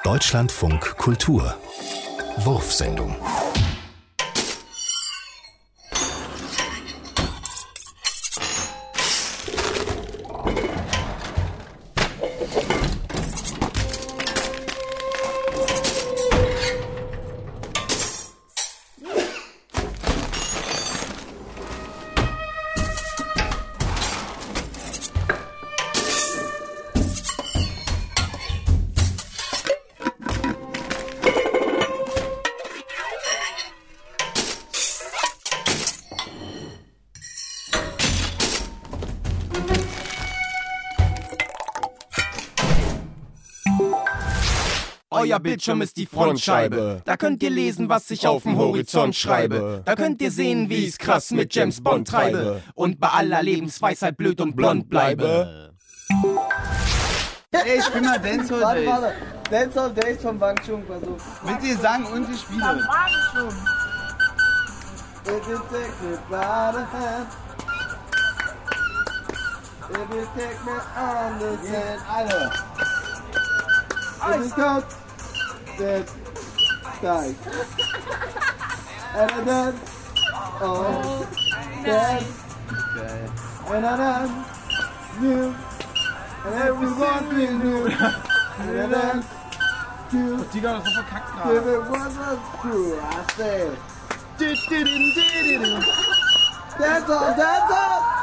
Deutschlandfunk Kultur Wurfsendung. Euer Bildschirm ist die Frontscheibe. Da könnt ihr lesen, was ich auf dem Horizont schreibe. Da könnt ihr sehen, wie ich's krass mit James Bond treibe. Und bei aller Lebensweisheit blöd und blond bleibe. Ey, ich spiel mal Dancehall Days. Warte. Dancehall Days von Bang Chung, pass auf. Mit dir sagen und ich spiele. If you take me by the hand, if you take me on the sand, Alle. if you got that dice, and I dance, oh, dance, and I dance, you, and everyone will do, and I dance, you, Die das so verkackt if gerade. it wasn't true, I say, dance all,